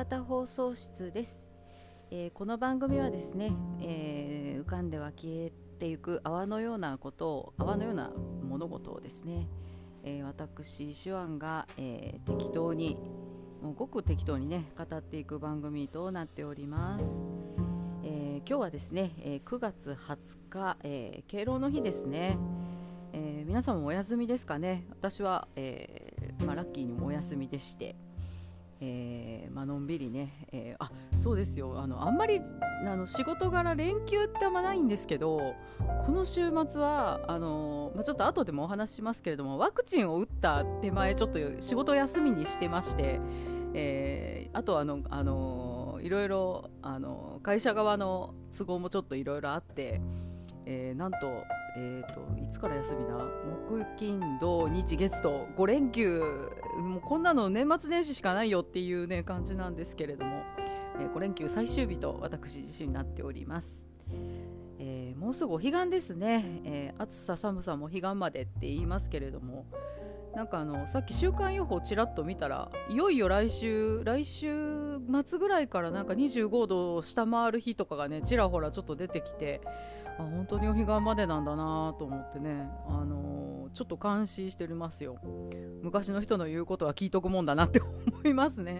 型放送室です。この番組はですね、浮かんでは消えていく泡のような物事をですね、私手腕が、適当にもうごく適当にね語っていく番組となっております。今日はですね、9月20日、敬老の日ですね。皆さんもお休みですかね。私は、ラッキーにもお休みでして、のんびりね、そうですよ、あんまり仕事柄連休ってあんまないんですけど、この週末はちょっと後でもお話ししますけれども、ワクチンを打った手前ちょっと仕事休みにしてまして、あといろいろ会社側の都合もちょっといろいろあって、なんといつから休みだ、木金土日月と5連休、もうこんなの年末年始しかないよっていうね感じなんですけれども、5連休最終日と私自身になっております。もうすぐお彼岸ですね。暑さ寒さも彼岸までって言いますけれども、なんかさっき週間予報ちらっと見たら、いよいよ来週末ぐらいからなんか25度を下回る日とかがねちらほらちょっと出てきて、本当にお彼岸までなんだなと思ってね、ちょっと感心しておりますよ。昔の人の言うことは聞いとくもんだなって思いますね。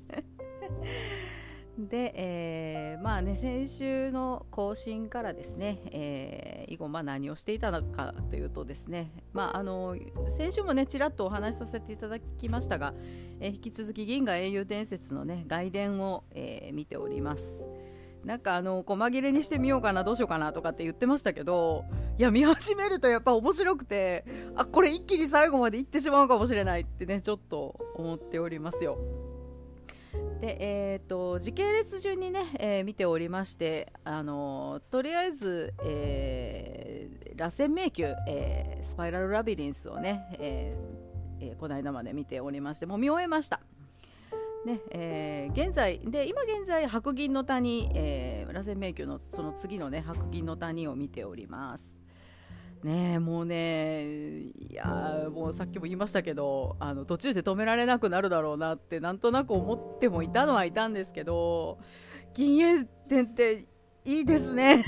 で、先週の更新からですね、以後何をしていたのかというとですね、先週もねちらっとお話しさせていただきましたが、引き続き銀河英雄伝説のね外伝を、見ております。なんか細切れにしてみようかな、どうしようかなとかって言ってましたけど、いや見始めるとやっぱ面白くて、これ一気に最後まで行ってしまうかもしれないってねちょっと思っておりますよ。で、時系列順にね、見ておりまして、とりあえず、螺旋迷宮、スパイラルラビリンスをね、この間まで見ておりまして、もう見終えましたね。今現在白銀の谷、螺旋迷宮のその次のね白銀の谷を見ておりますね。もうね、いやもうさっきも言いましたけど、途中で止められなくなるだろうなってなんとなく思ってもいたのはいたんですけど、銀英伝っていいですね。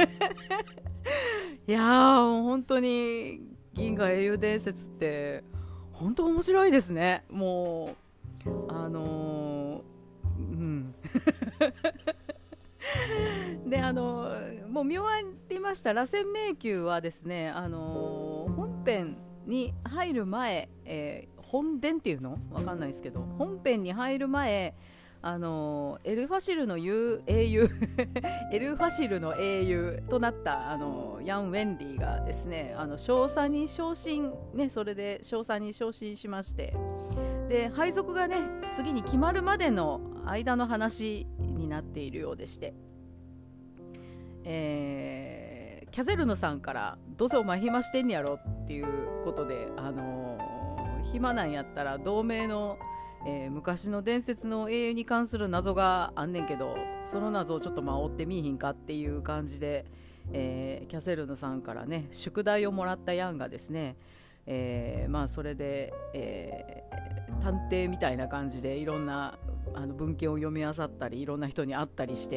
いやもう本当に銀河英雄伝説って本当面白いですね。もうでもう見終わりました螺旋迷宮はですね、本編に入る前、本伝っていうのわかんないですけど、本編に入る前、エルファシルの英雄エルファシルの英雄となったヤン・ウェンリーがですね、少佐に昇進ね、それで少佐に昇進しまして、で配属がね次に決まるまでの間の話になっているようでして、キャゼルヌさんからどうせお前暇してんやろっていうことで、暇なんやったら同盟の、昔の伝説の英雄に関する謎があんねんけど、その謎をちょっと追ってみいひんかっていう感じで、キャゼルヌさんからね宿題をもらったヤンがですね、それで、探偵みたいな感じでいろんな文献を読み漁ったりいろんな人に会ったりして、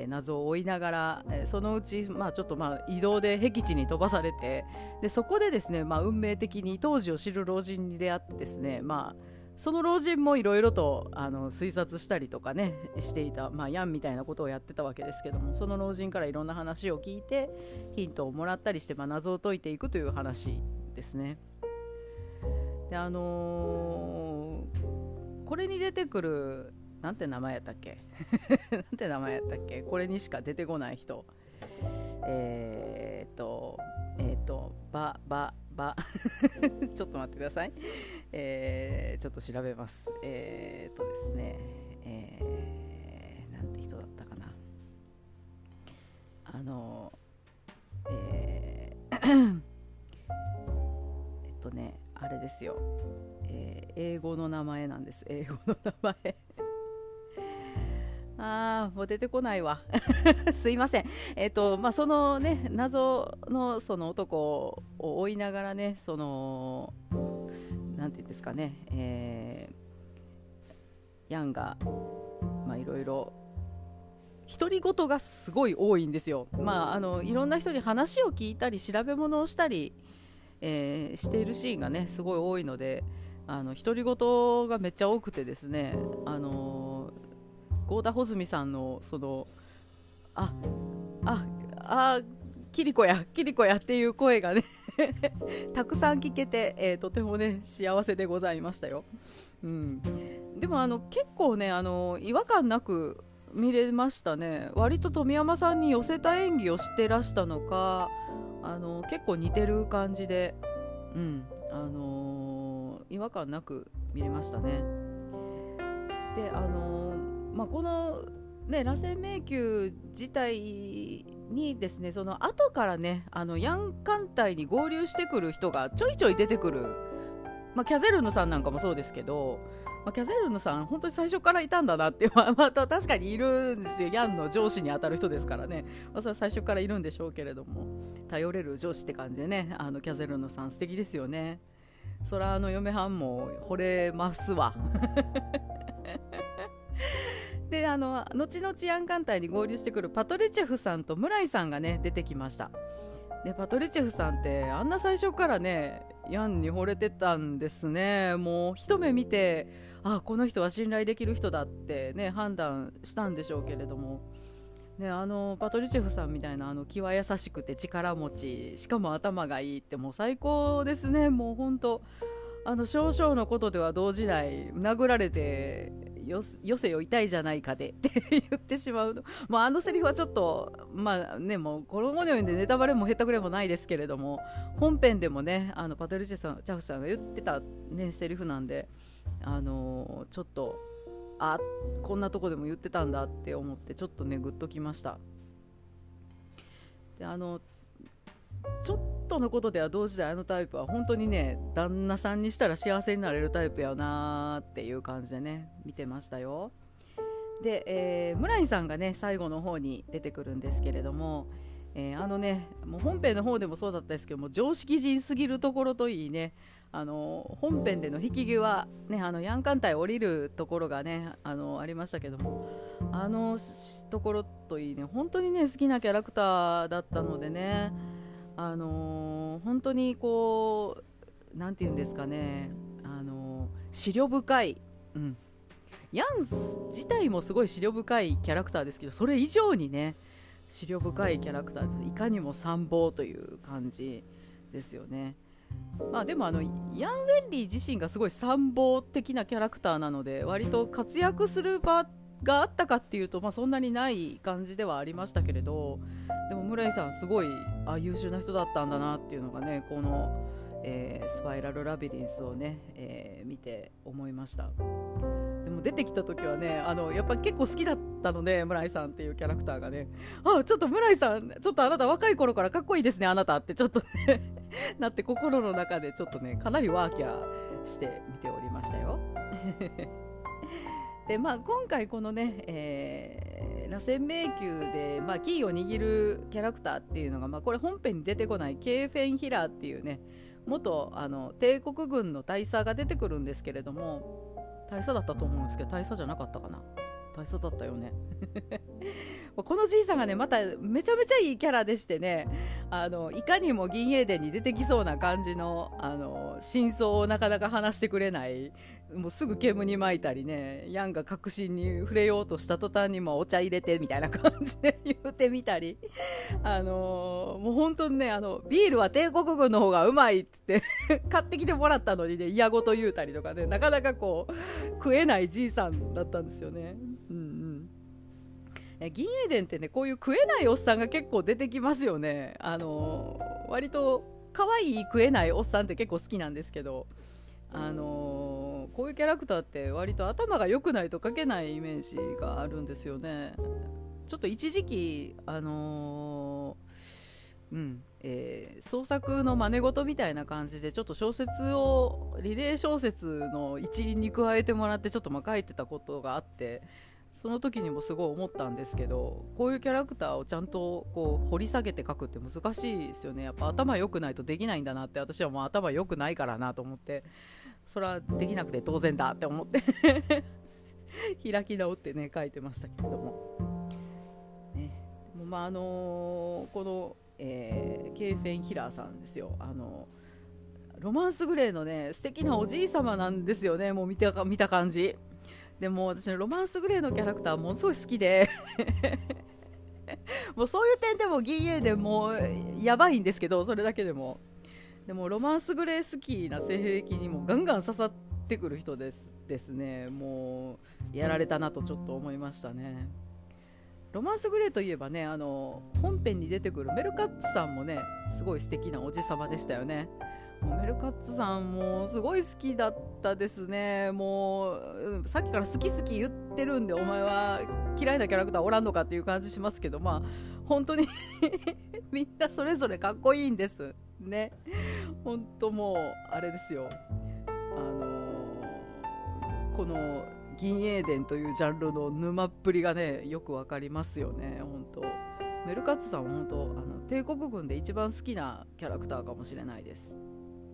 謎を追いながら、そのうち、ちょっと移動で僻地に飛ばされて、でそこでですね、運命的に当時を知る老人に出会ってですね、その老人もいろいろと推察したりとかねしていた、ヤンみたいなことをやってたわけですけども、その老人からいろんな話を聞いてヒントをもらったりして、謎を解いていくという話ですね。でこれに出てくるなんて名前やったっけこれにしか出てこない人、ちょっと待ってください。ちょっと調べます。ですね、なんて人だったかな。あれですよ、英語の名前なんです。英語の名前もう出てこないわ。すいません。そのね謎のその男を追いながらね、なんていうんですかね、 ヤンがいろいろ独り言がすごい多いんですよ。いろんな人に話を聞いたり調べ物をしたり、しているシーンがねすごい多いので、独り言がめっちゃ多くてですね、郷田穂積さんのそのあああキリコやキリコやっていう声がねたくさん聞けて、とてもね幸せでございましたよ。でも結構ね違和感なく見れましたね。割と富山さんに寄せた演技をしてらしたのか、結構似てる感じで、違和感なく見れましたね。でこのね螺旋迷宮自体にですね、その後からねヤン艦隊に合流してくる人がちょいちょい出てくる、キャゼルヌさんなんかもそうですけど、キャゼルヌさん本当に最初からいたんだなってまた確かにいるんですよ。ヤンの上司に当たる人ですからね、それは最初からいるんでしょうけれども、頼れる上司って感じでね、キャゼルヌさん素敵ですよね。そら嫁はんも惚れますわで後々ヤン艦隊に合流してくるパトリチェフさんとムライさんがね出てきました。でパトリチェフさんってあんな最初からねヤンに惚れてたんですね。もう一目見てこの人は信頼できる人だってね判断したんでしょうけれどもね、パトリチェフさんみたいな気は優しくて力持ち、しかも頭がいいってもう最高ですね。もう本当少々のことでは動じない、殴られてよせよ痛いじゃないかでって言ってしまうの、セリフはちょっともうこの後のようにネタバレもへったくれもないですけれども、本編でもねパトリチェフさんが言ってた、ね、セリフなんでちょっとこんなとこでも言ってたんだって思ってちょっとねグッときました。でちょっとのことでは同時代タイプは本当にね旦那さんにしたら幸せになれるタイプやなっていう感じでね見てましたよ。で、ムラインさんがね最後の方に出てくるんですけれども、もう本編の方でもそうだったですけども、常識人すぎるところといいね、本編での引き際ね、ヤン艦隊降りるところがねありましたけども、ところといいね、本当にね好きなキャラクターだったのでね、本当にこうなんていうんですかね、思慮深い、ヤン自体もすごい思慮深いキャラクターですけど、それ以上にね思慮深いキャラクターです。いかにも参謀という感じですよね。でもヤン・ウェンリー自身がすごい参謀的なキャラクターなので、割と活躍する場があったかっていうと、そんなにない感じではありましたけれど、でも村井さんすごい優秀な人だったんだなっていうのがね、この、スパイラルラビリンスをね、見て思いました。でも出てきた時はねやっぱ結構好きだったので、村井さんっていうキャラクターがね、ちょっと村井さんちょっとあなた若い頃からかっこいいですねあなたってちょっとねなって心の中でちょっとねかなりワーキャーして見ておりましたよで今回このね、螺旋迷宮で、キーを握るキャラクターっていうのが、これ本編に出てこないケーフェンヒラーっていうね元帝国軍の大佐が出てくるんですけれども、大佐だったと思うんですけど、大佐じゃなかったかな、大佐だったよねこのじいさんがねまためちゃめちゃいいキャラでしてね、いかにも銀英伝に出てきそうな感じの、真相をなかなか話してくれない、もうすぐ煙に巻いたりね、ヤンが確信に触れようとした途端にもお茶入れてみたいな感じで言ってみたり、もう本当にねビールは帝国軍の方がうまいって買ってきてもらったのにね嫌ごと言うたりとかね、なかなかこう食えないじいさんだったんですよね。銀英伝ってねこういう食えないおっさんが結構出てきますよね。割と可愛い食えないおっさんって結構好きなんですけど、こういうキャラクターって割と頭が良くないと描けないイメージがあるんですよね。ちょっと一時期創作の真似事みたいな感じでちょっと小説をリレー小説の一員に加えてもらってちょっと書いてたことがあって、その時にもすごい思ったんですけど、こういうキャラクターをちゃんとこう掘り下げて書くって難しいですよね。やっぱ頭良くないとできないんだなって、私はもう頭良くないからなと思って、それはできなくて当然だって思って開き直ってね書いてましたけれども、ね、でもこの、ケイフェン・ヒラーさんですよ。ロマンスグレーのね素敵なおじい様なんですよね。もう見た感じでも私のロマンスグレーのキャラクターものすごい好きでもうそういう点でも銀英伝もやばいんですけど、それだけでもロマンスグレー好きな性癖にもガンガン刺さってくる人ですね。もうやられたなとちょっと思いましたね。ロマンスグレーといえばね、本編に出てくるメルカッツさんもねすごい素敵なおじさまでしたよね。もうメルカッツさんもすごい好きだったですね。もう、さっきから好き言ってるんで、お前は嫌いなキャラクターおらんのかっていう感じしますけど、まあ本当にみんなそれぞれかっこいいんですね。本当もうあれですよ、この銀英伝というジャンルの沼っぷりがねよくわかりますよね。本当メルカッツさんは本当帝国軍で一番好きなキャラクターかもしれないです。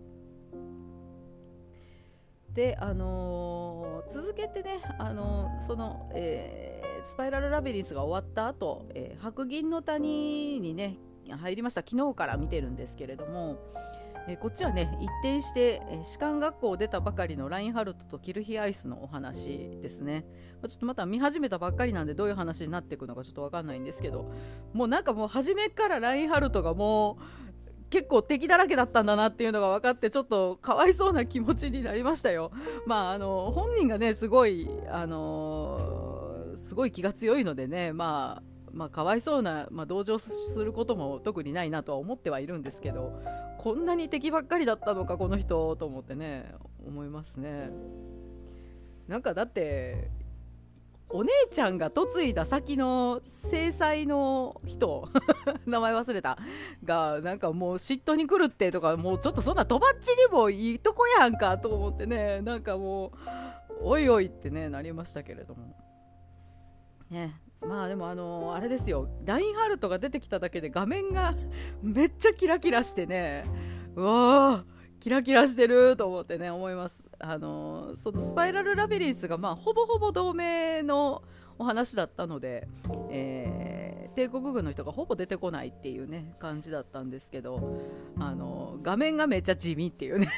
で続けてねその、スパイラルラビリンスが終わった後、白銀の谷にね入りました。昨日から見てるんですけれども、こっちはね一転して、士官学校を出たばかりのラインハルトとキルヒアイスのお話ですね。ちょっとまた見始めたばっかりなんでどういう話になっていくのかちょっと分かんないんですけど、もうなんかもう初めからラインハルトがもう結構敵だらけだったんだなっていうのが分かって、ちょっとかわいそうな気持ちになりましたよ。まあ本人がねすごいすごい気が強いのでね、まあかわいそうな、同情することも特にないなとは思ってはいるんですけど、こんなに敵ばっかりだったのかこの人と思ってね思いますね。なんかだってお姉ちゃんが嫁いだ先の正妻の人名前忘れたがなんかもう嫉妬に来るってとか、もうちょっとそんなとばっちりもいいとこやんかと思ってね、なんかもうおいおいってねなりましたけれどもね。まあでもあれですよ、ラインハルトが出てきただけで画面がめっちゃキラキラしてね、うわーキラキラしてると思ってね思います。そのスパイラルラビリンスがほぼほぼ同盟のお話だったので、帝国軍の人がほぼ出てこないっていうね感じだったんですけど、画面がめっちゃ地味っていうね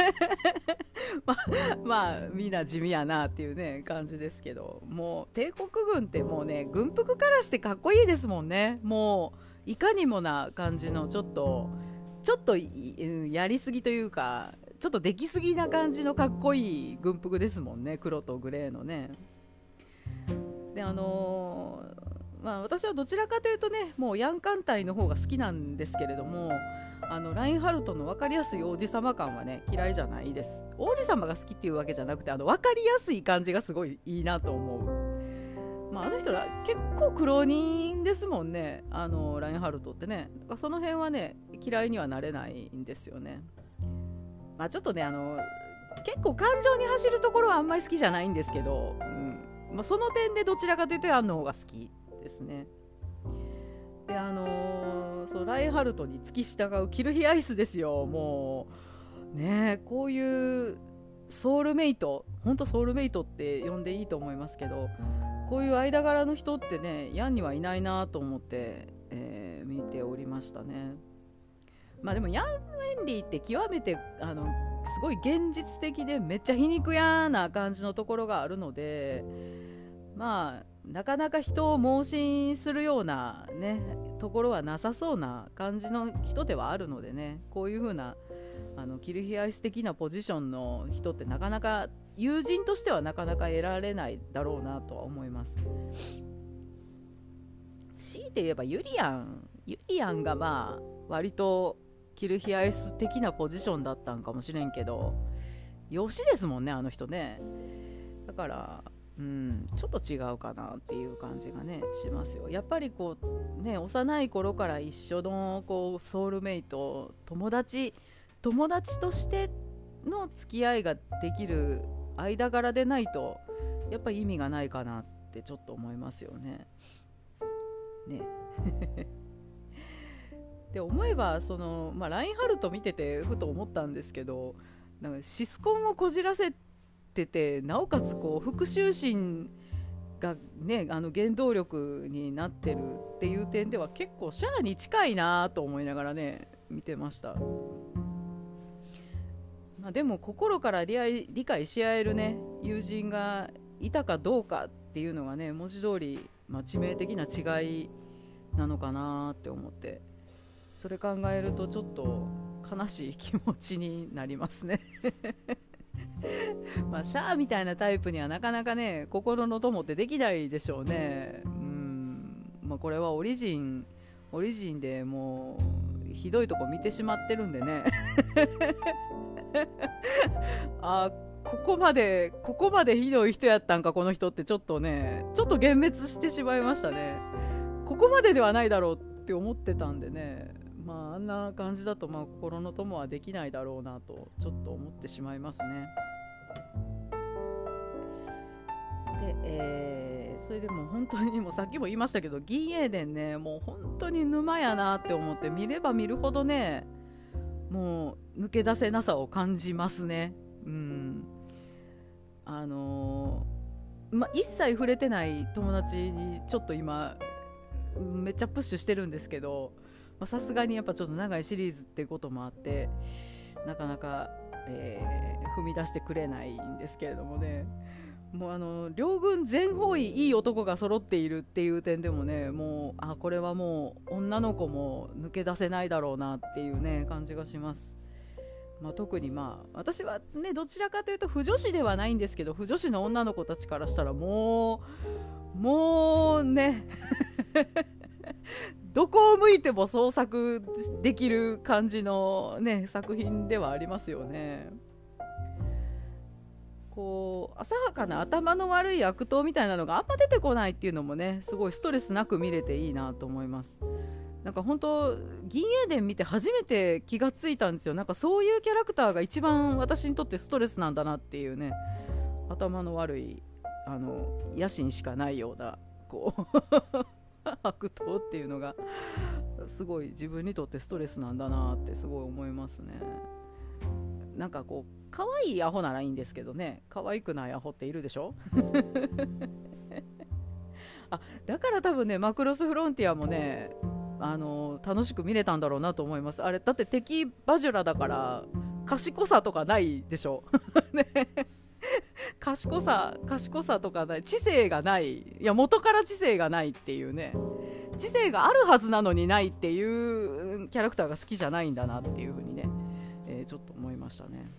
まあみんな地味やなっていうね感じですけど、もう帝国軍ってもうね軍服からしてかっこいいですもんね。もういかにもな感じのちょっとやりすぎというかちょっとできすぎな感じのかっこいい軍服ですもんね、黒とグレーのね。で私はどちらかというとねもうヤンカン隊の方が好きなんですけれども、ラインハルトの分かりやすい王子様感はね嫌いじゃないです。王子様が好きっていうわけじゃなくて分かりやすい感じがすごいいいなと思う。あの人ら結構苦労人ですもんね、ラインハルトってね。だからその辺はね嫌いにはなれないんですよね。ちょっとね結構感情に走るところはあんまり好きじゃないんですけど、その点でどちらかというとヤンの方が好きですね。でそうラインハルトに付き従うキルヒアイスですよ。もうねこういうソウルメイト、本当ソウルメイトって呼んでいいと思いますけど、こういう間柄の人ってねヤンにはいないなと思って、見ておりましたね。でもヤン・ウェンリーって極めてすごい現実的でめっちゃ皮肉屋な感じのところがあるので、なかなか人を盲信するようなねところはなさそうな感じの人ではあるのでね、こういう風なキルヒアイス的なポジションの人ってなかなか友人としてはなかなか得られないだろうなとは思います。強いて言えばユリアンが割とキルヒアイス的なポジションだったんかもしれんけど、養子ですもんねあの人ね。だからちょっと違うかなっていう感じがねしますよ。やっぱりこうね幼い頃から一緒のこうソウルメイト、友達としての付き合いができる間柄でないとやっぱり意味がないかなってちょっと思いますよね。で思えばラインハルト見ててふと思ったんですけど、なんかシスコンをこじらせってて、なおかつこう復讐心がね、原動力になってるっていう点では結構シャアに近いなと思いながらね見てました。でも心から理解し合えるね友人がいたかどうかっていうのがね、文字通り、致命的な違いなのかなって思って、それ考えるとちょっと悲しい気持ちになりますねシャアみたいなタイプにはなかなかね心の友ってできないでしょうね。これはオリジンでもうひどいとこ見てしまってるんでねここまでひどい人やったんかこの人って、ちょっと幻滅してしまいましたね。ここまでではないだろうって思ってたんでね、あんな感じだと心の友はできないだろうなとちょっと思ってしまいますね。で、それでも本当にもうさっきも言いましたけど、銀英伝ねもう本当に沼やなって思って、見れば見るほどねもう抜け出せなさを感じますね。一切触れてない友達にちょっと今めっちゃプッシュしてるんですけど、さすがにやっぱちょっと長いシリーズっていうこともあってなかなか、踏み出してくれないんですけれどもね、もう両軍全方位いい男が揃っているっていう点でもね、もうこれはもう女の子も抜け出せないだろうなっていうね感じがします。特に私はねどちらかというと腐女子ではないんですけど、腐女子の女の子たちからしたらもうねどこを向いても創作できる感じのね作品ではありますよね。こう浅はかな頭の悪い悪党みたいなのがあんま出てこないっていうのもね、すごいストレスなく見れていいなと思います。なんか本当銀英伝見て初めて気がついたんですよ。なんかそういうキャラクターが一番私にとってストレスなんだなっていうね、頭の悪い野心しかないようなこう悪党っていうのがすごい自分にとってストレスなんだなってすごい思いますね。なんかこう可愛いアホならいいんですけどね、可愛くないアホっているでしょだから多分ねマクロスフロンティアもね楽しく見れたんだろうなと思います。あれだって敵バジュラだから賢さとかないでしょね、賢さとかない、知性がない、いや元から知性がないっていうね、知性があるはずなのにないっていうキャラクターが好きじゃないんだなっていう風にね、ちょっと思いましたね。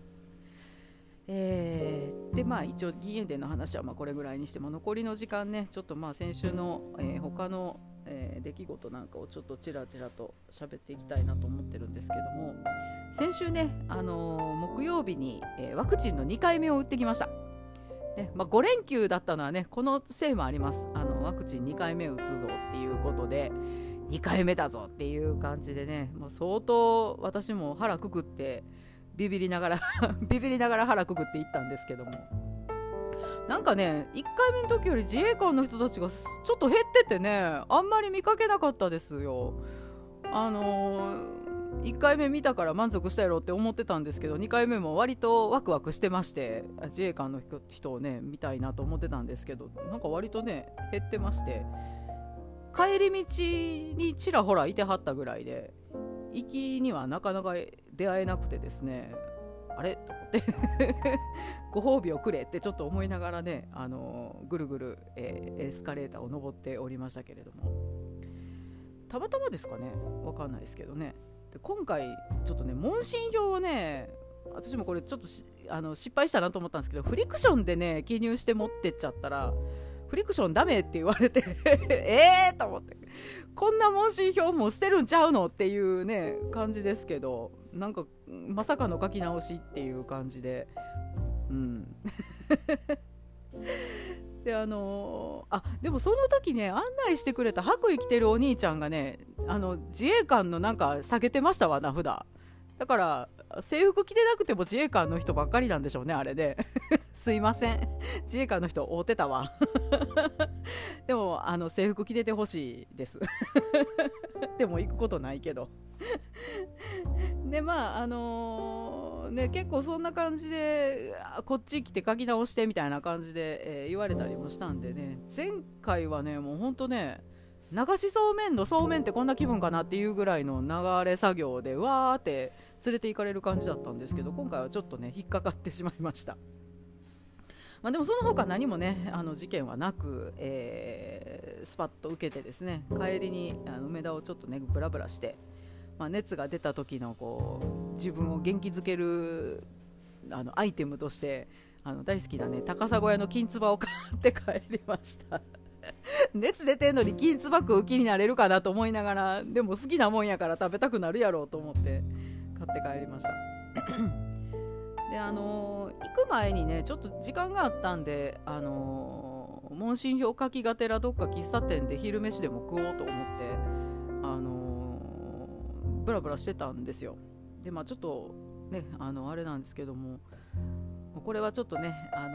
で一応銀英伝の話はこれぐらいにしても、残りの時間ねちょっと先週の、他の、出来事なんかをちょっとちらちらと喋っていきたいなと思ってるんですけども、先週ね、木曜日に、ワクチンの2回目を打ってきました、5連休だったのはねこのせいもあります。ワクチン2回目打つぞっていうことで2回目だぞっていう感じでね、相当私も腹くくってビビりながら腹くくっていったんですけども、なんかね1回目の時より自衛官の人たちがちょっと減っててね、あんまり見かけなかったですよ。1回目見たから満足したやろって思ってたんですけど、2回目も割とワクワクしてまして、自衛官の人をね見たいなと思ってたんですけど、なんか割とね減ってまして、帰り道にちらほらいてはったぐらいで、行きにはなかなか出会えなくてですね、あれと思ってご褒美をくれってちょっと思いながらね、ぐるぐる、エスカレーターを登っておりましたけれども、たまたまですかね、わかんないですけどね。で今回ちょっとね問診票をね、私もこれちょっと失敗したなと思ったんですけど、フリクションでね記入して持ってっちゃったらフリクションダメって言われてと思って、こんな問診票も捨てるんちゃうのっていうね感じですけど、なんかまさかの書き直しっていう感じで、ででもその時ね案内してくれた白衣着てるお兄ちゃんがね自衛官のなんか下げてましたわ、名札だから、制服着てなくても自衛官の人ばっかりなんでしょうねあれですいません、自衛官の人会うてたわでも制服着ててほしいですでも行くことないけどで結構そんな感じでこっち来て書き直してみたいな感じで、言われたりもしたんでね、前回はねもうほんとね流しそうめんのそうめんってこんな気分かなっていうぐらいの流れ作業でわーって連れて行かれる感じだったんですけど、今回はちょっとね引っかかってしまいました。でもその他何もね事件はなく、スパッと受けてですね、帰りに梅田をちょっとねブラブラして、熱が出た時のこう自分を元気づけるアイテムとして大好きなね高砂屋の金つばを買って帰りました熱出てんのに金つば食う気になれるかなと思いながら、でも好きなもんやから食べたくなるやろうと思って買って帰りましたで行く前にねちょっと時間があったんで、問診票書きがてらどっか喫茶店で昼飯でも食おうと思ってブラブラしてたんですよ。でちょっとねあれなんですけども、これはちょっとね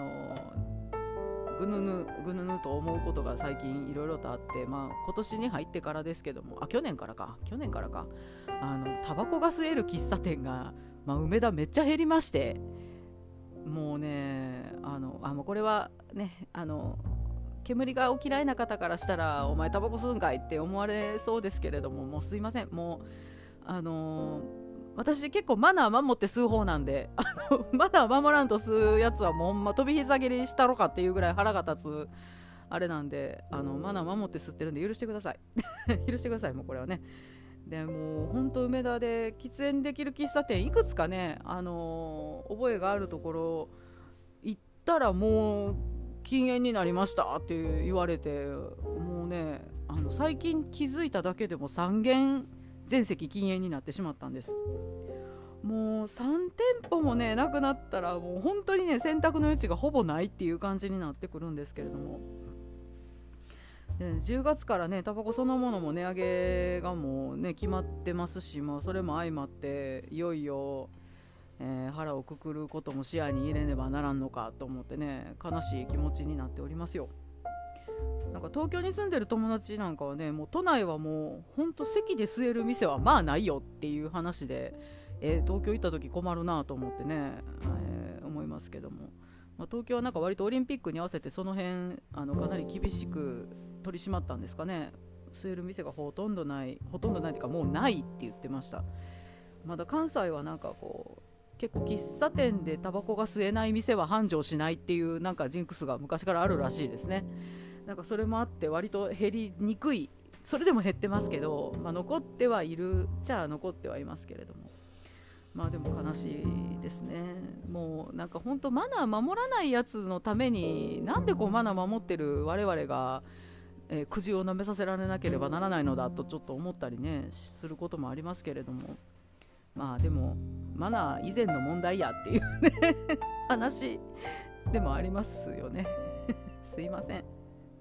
ぐぬぬと思うことが最近いろいろとあって、今年に入ってからですけども、去年からかタバコが吸える喫茶店が、梅田めっちゃ減りまして、もうねもうこれはね煙がお嫌いな方からしたらお前タバコ吸うんかいって思われそうですけれども、もうすいません、もう私結構マナー守って吸う方なんでマナー守らんと吸うやつはもうほんま飛び膝蹴りしたろかっていうぐらい腹が立つあれなんで、マナー守って吸ってるんで許してください許してください。もうこれはね、でもうほんと梅田で喫煙できる喫茶店いくつかね覚えがあるところ行ったらもう禁煙になりましたって言われて、もうね最近気づいただけでも3軒全席禁煙になってしまったんです。もう3店舗もねなくなったらもう本当にね選択の余地がほぼないっていう感じになってくるんですけれども、で10月からねタバコそのものも値上げがもうね決まってますし、それも相まっていよいよ、腹をくくることも視野に入れねばならんのかと思ってね悲しい気持ちになっておりますよ。なんか東京に住んでる友達なんかはね、もう都内はもうほんと席で吸える店はないよっていう話で、東京行った時困るなと思ってね、思いますけども、東京はなんか割とオリンピックに合わせてその辺かなり厳しく取り締まったんですかね。吸える店がほとんどないというかもうないって言ってました。まだ関西はなんかこう結構喫茶店でタバコが吸えない店は繁盛しないっていうなんかジンクスが昔からあるらしいですね。なんかそれもあって割と減りにくい、それでも減ってますけど、残ってはいるじゃあ残ってはいますけれども、でも悲しいですね。もうなんか本当マナー守らないやつのためになんでこうマナー守ってる我々が、くじを舐めさせられなければならないのだとちょっと思ったりねすることもありますけれども、でもマナー以前の問題やっていうね話でもありますよねすいません。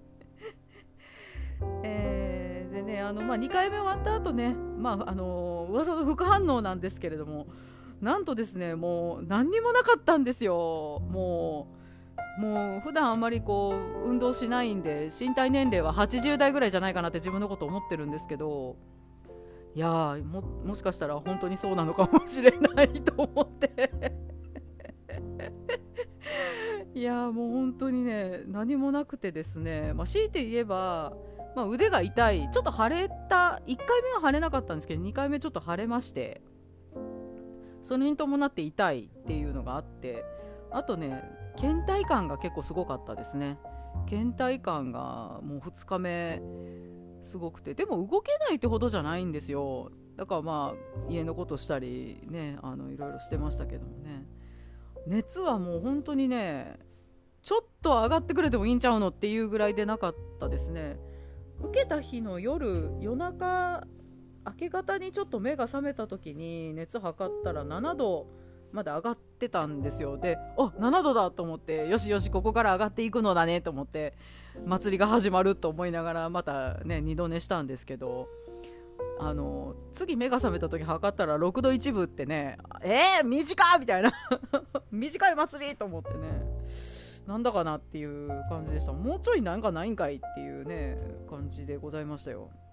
でね2回目終わった後ね、噂の副反応なんですけれども、なんとですねもう何にもなかったんですよ。もう普段あまりこう運動しないんで身体年齢は80代ぐらいじゃないかなって自分のこと思ってるんですけど、いやー もしかしたら本当にそうなのかもしれないと思っていやーもう本当にね何もなくてですね、強いて言えば腕が痛い、ちょっと腫れた、1回目は腫れなかったんですけど2回目ちょっと腫れまして、それに伴って痛いっていうのがあって、あとね倦怠感が結構すごかったですね。倦怠感がもう2日目すごくて、でも動けないってほどじゃないんですよ。だから家のことしたりねいろいろしてましたけどもね、熱はもう本当にねちょっと上がってくれてもいいんちゃうのっていうぐらいでなかったですね。受けた日の夜中明け方にちょっと目が覚めた時に熱測ったら7度まで上がってたんですよ。で7度だと思って、よしよしここから上がっていくのだねと思って祭りが始まると思いながらまたね2度寝したんですけど、次目が覚めた時測ったら6度1分ってね、短いみたいな短い祭りと思ってね、なんだかなっていう感じでした。もうちょいなんかないんかいっていうね感じでございましたよ。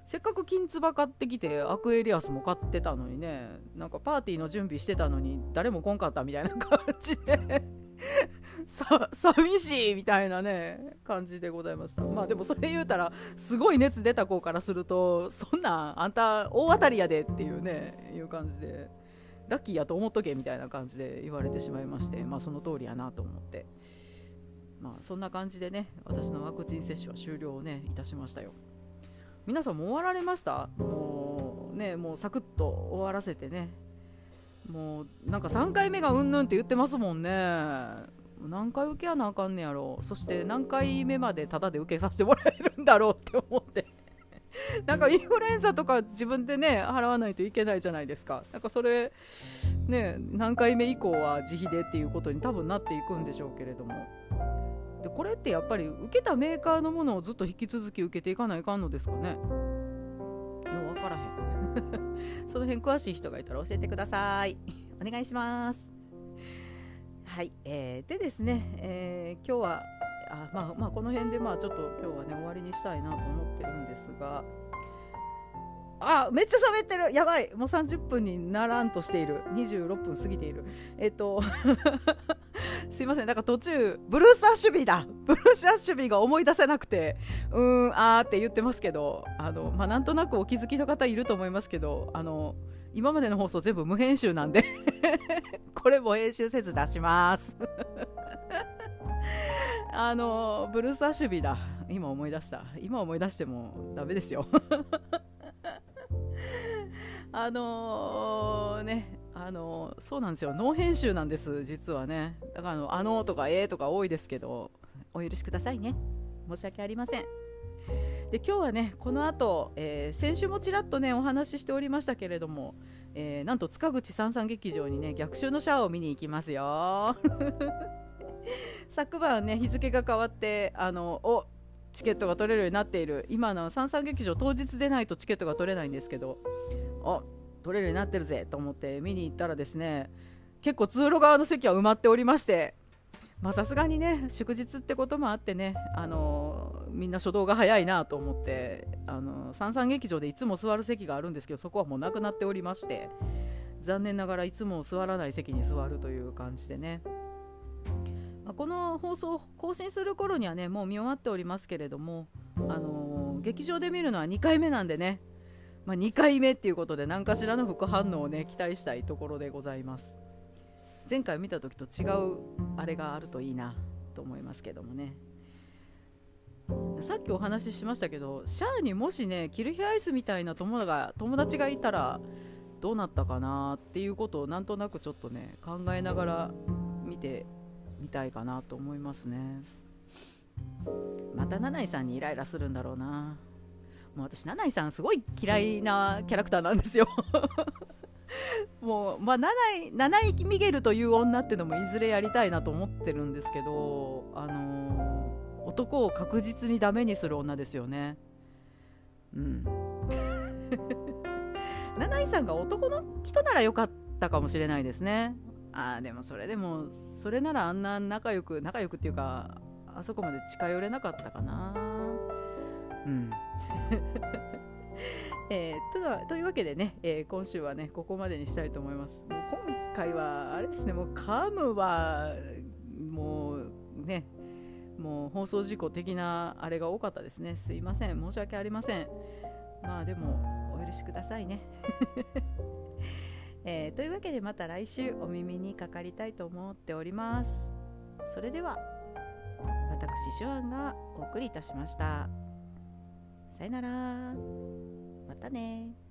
せっかく金唾買ってきてアクエリアスも買ってたのにね、なんかパーティーの準備してたのに誰も来んかったみたいな感じで寂しいみたいなね感じでございました。まあでもそれ言うたらすごい熱出た子からすると、そんなんあんた大当たりやでっていうねいう感じで、ラッキーやと思っとけみたいな感じで言われてしまいまして、まあその通りやなと思って、まあそんな感じでね、私のワクチン接種は終了をねいたしましたよ。皆さんも終わられました？もうね、もうサクッと終わらせてね、もうなんか3回目がうんぬんって言ってますもんね。何回受けやなあかんねやろ。そして何回目までタダで受けさせてもらえるんだろうって思ってなんかインフルエンザとか自分でね払わないといけないじゃないですか。なんかそれね、何回目以降は自費でっていうことに多分なっていくんでしょうけれども、でこれってやっぱり受けたメーカーのものをずっと引き続き受けていかないかんのですかね。よう分からへんその辺詳しい人がいたら教えてくださいお願いします。はい、でですね、今日はまあこの辺でちょっと今日はね終わりにしたいなと思ってるんですが、めっちゃ喋ってる、やばい、もう30分にならんとしている、26分過ぎているすいません、なんか途中ブルース・アッシュビーだ、ブルース・アッシュビーが思い出せなくてって言ってますけど、なんとなくお気づきの方いると思いますけど、今までの放送全部無編集なんでこれも編集せず出しますブルース・アッシュビーだ、今思い出してもダメですよそうなんですよ、ノー編集なんです実はね。だからとかとか多いですけど、お許しくださいね、申し訳ありません。で今日はねこの後、先週もちらっとねお話ししておりましたけれども、なんと塚口三三劇場にね逆襲のシャアを見に行きますよ昨晩ね日付が変わってチケットが取れるようになっている、今の三三劇場当日でないとチケットが取れないんですけど、取れるようになってるぜと思って見に行ったらですね、結構通路側の席は埋まっておりまして、さすがにね祝日ってこともあってね、みんな初動が早いなと思って、三三劇場でいつも座る席があるんですけど、そこはもうなくなっておりまして、残念ながらいつも座らない席に座るという感じでね、この放送を更新する頃にはねもう見終わっておりますけれども、劇場で見るのは2回目なんでね、2回目っていうことで何かしらの副反応をね期待したいところでございます。前回見た時と違うあれがあるといいなと思いますけどもね。さっきお話ししましたけど、シャアにもしねキルヒアイスみたいな友達がいたらどうなったかなっていうことをなんとなくちょっとね考えながら見てみたいかなと思いますね。また七井さんにイライラするんだろうな。もう私七井さんすごい嫌いなキャラクターなんですよもう七井ミゲルという女っていうのもいずれやりたいなと思ってるんですけど、男を確実にダメにする女ですよね。七井さんが男の人ならよかったかもしれないですね。でもそれならあんな仲良くっていうか、あそこまで近寄れなかったかな。というわけでね、今週はねここまでにしたいと思います。もう今回はあれですね、もうカムはもうねもう放送事故的なあれが多かったですね。すいません、申し訳ありません。でもお許しくださいねというわけでまた来週お耳にかかりたいと思っております。それでは私シュアンがお送りいたしました。さよなら、またね。